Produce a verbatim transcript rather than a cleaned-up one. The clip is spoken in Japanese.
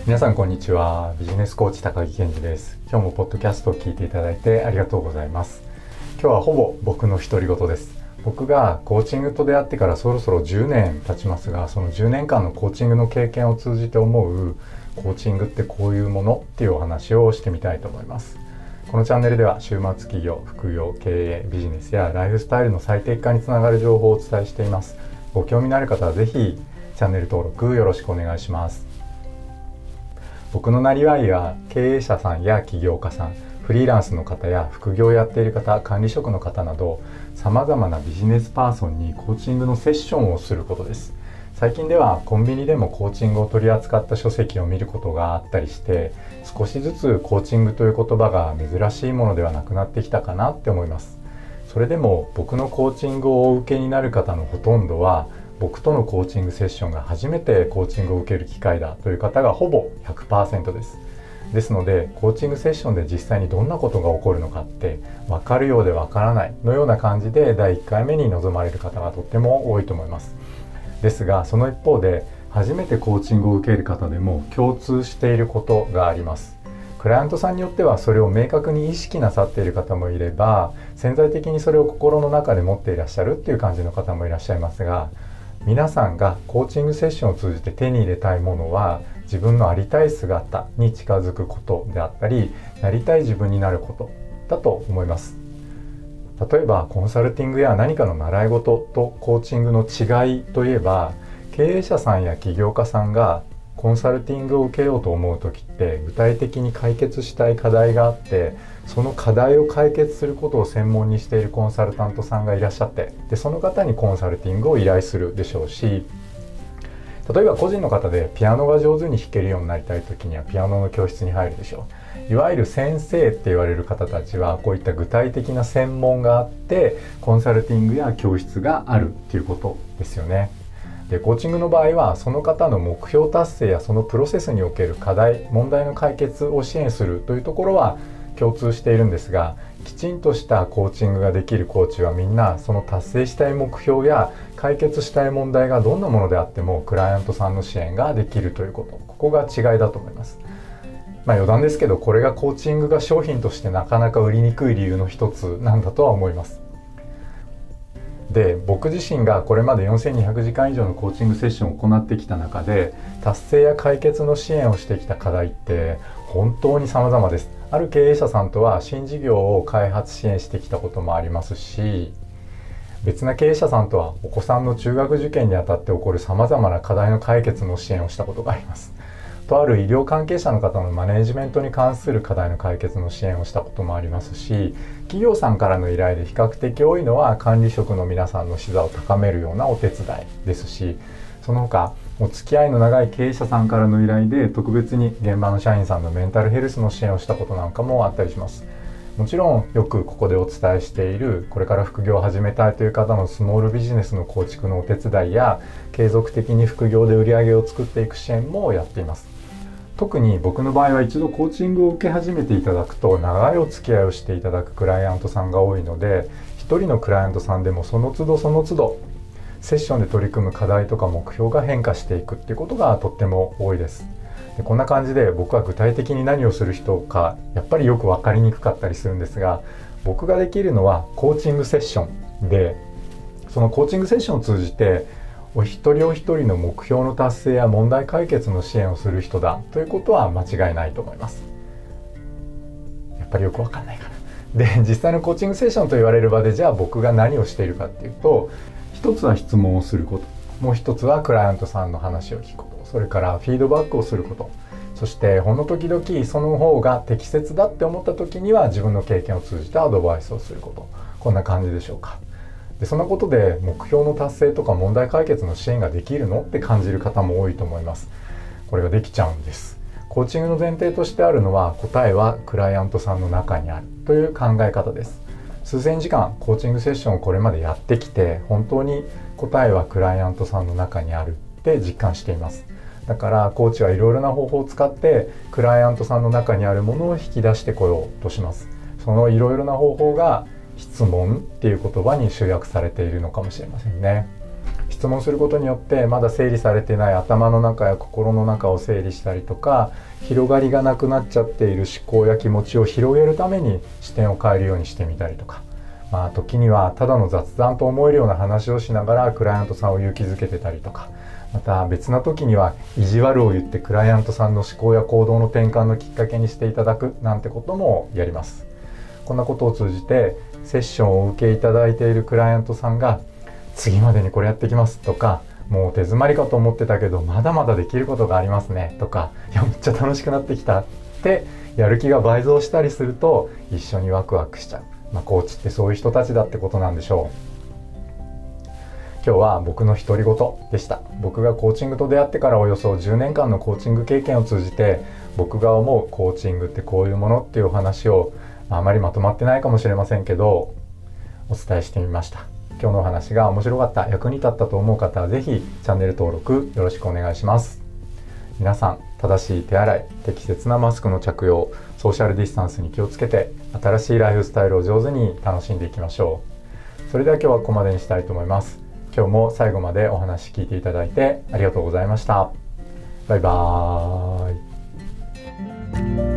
皆さんこんにちは。ビジネスコーチ高木健二です。今日もポッドキャストを聞いていただいてありがとうございます。今日はほぼ僕の独り言です。僕がコーチングと出会ってからそろそろじゅうねん経ちますが、そのじゅうねんかんのコーチングの経験を通じて思うコーチングってこういうものっていうお話をしてみたいと思います。このチャンネルでは週末企業、副業、経営、ビジネスやライフスタイルの最適化につながる情報をお伝えしています。ご興味のある方はぜひチャンネル登録よろしくお願いします。僕のなりわいは経営者さんや起業家さん、フリーランスの方や副業をやっている方、管理職の方などさまざまなビジネスパーソンにコーチングのセッションをすることです。最近ではコンビニでもコーチングを取り扱った書籍を見ることがあったりして、少しずつコーチングという言葉が珍しいものではなくなってきたかなって思います。それでも僕のコーチングをお受けになる方のほとんどは僕とのコーチングセッションが初めてコーチングを受ける機会だという方がほぼ ひゃくパーセント です。ですのでコーチングセッションで実際にどんなことが起こるのかって分かるようで分からないのような感じでだいいっかいめに臨まれる方がとっても多いと思います。ですがその一方で初めてコーチングを受ける方でも共通していることがあります。クライアントさんによってはそれを明確に意識なさっている方もいれば、潜在的にそれを心の中で持っていらっしゃるっていう感じの方もいらっしゃいますが、皆さんがコーチングセッションを通じて手に入れたいものは自分のありたい姿に近づくことであったり、なりたい自分になることだと思います。例えばコンサルティングや何かの習い事とコーチングの違いといえば、経営者さんや起業家さんがコンサルティングを受けようと思う時って具体的に解決したい課題があって、その課題を解決することを専門にしているコンサルタントさんがいらっしゃって、でその方にコンサルティングを依頼するでしょうし、例えば個人の方でピアノが上手に弾けるようになりたい時にはピアノの教室に入るでしょう。いわゆる先生って言われる方たちはこういった具体的な専門があってコンサルティングや教室があるっていうことですよね。でコーチングの場合はその方の目標達成やそのプロセスにおける課題、問題の解決を支援するというところは共通しているんですが、きちんとしたコーチングができるコーチはみんなその達成したい目標や解決したい問題がどんなものであってもクライアントさんの支援ができるということ、ここが違いだと思います。まあ余談ですけど、これがコーチングが商品としてなかなか売りにくい理由の一つなんだとは思います。で僕自身がこれまでよんせんにひゃくじかん以上のコーチングセッションを行ってきた中で達成や解決の支援をしてきた課題って本当に様々です。ある経営者さんとは新事業を開発支援してきたこともありますし、別な経営者さんとはお子さんの中学受験にあたって起こる様々な課題の解決の支援をしたことがあります。とある医療関係者の方のマネジメントに関する課題の解決の支援をしたこともありますし、企業さんからの依頼で比較的多いのは管理職の皆さんの視座を高めるようなお手伝いですし、その他お付き合いの長い経営者さんからの依頼で特別に現場の社員さんのメンタルヘルスの支援をしたことなんかもあったりします。もちろんよくここでお伝えしているこれから副業を始めたいという方のスモールビジネスの構築のお手伝いや継続的に副業で売り上げを作っていく支援もやっています。特に僕の場合は一度コーチングを受け始めていただくと長いお付き合いをしていただくクライアントさんが多いので、一人のクライアントさんでもその都度その都度セッションで取り組む課題とか目標が変化していくっていうことがとっても多いです。でこんな感じで僕は具体的に何をする人かやっぱりよく分かりにくかったりするんですが、僕ができるのはコーチングセッションで、そのコーチングセッションを通じてお一人お一人の目標の達成や問題解決の支援をする人だということは間違いないと思います。やっぱりよくわかんないかな。で実際のコーチングセッションと言われる場でじゃあ僕が何をしているかっていうと、一つは質問をすること、もう一つはクライアントさんの話を聞くこと、それからフィードバックをすること、そしてほんの時々その方が適切だって思った時には自分の経験を通じてアドバイスをすること、こんな感じでしょうか。でそんなことで目標の達成とか問題解決の支援ができるのって感じる方も多いと思います。これができちゃうんです。コーチングの前提としてあるのは答えはクライアントさんの中にあるという考え方です。数千時間コーチングセッションをこれまでやってきて本当に答えはクライアントさんの中にあるって実感しています。だからコーチはいろいろな方法を使ってクライアントさんの中にあるものを引き出してこようとします。そのいろいろな方法が質問っていう言葉に集約されているのかもしれませんね。質質問することによってまだ整理されてない頭の中や心の中を整理したりとか、広がりがなくなっちゃっている思考や気持ちを広げるために視点を変えるようにしてみたりとか、まあ時にはただの雑談と思えるような話をしながらクライアントさんを勇気づけてたりとか、また別な時には意地悪を言ってクライアントさんの思考や行動の転換のきっかけにしていただくなんてこともやります。こんなことを通じてセッションをお受けいただいているクライアントさんが次までにこれやってきますとか、もう手詰まりかと思ってたけどまだまだできることがありますねとか、いやめっちゃ楽しくなってきたってやる気が倍増したりすると一緒にワクワクしちゃう、まあ、コーチってそういう人たちだってことなんでしょう。今日は僕の独り言でした。僕がコーチングと出会ってからおよそじゅうねんかんのコーチング経験を通じて、僕が思うコーチングってこういうものっていうお話をあまりまとまってないかもしれませんけどお伝えしてみました。今日のお話が面白かった、役に立ったと思う方はぜひチャンネル登録よろしくお願いします。皆さん、正しい手洗い、適切なマスクの着用、ソーシャルディスタンスに気をつけて新しいライフスタイルを上手に楽しんでいきましょう。それでは今日はここまでにしたいと思います。今日も最後までお話聞いていただいてありがとうございました。バイバーイ。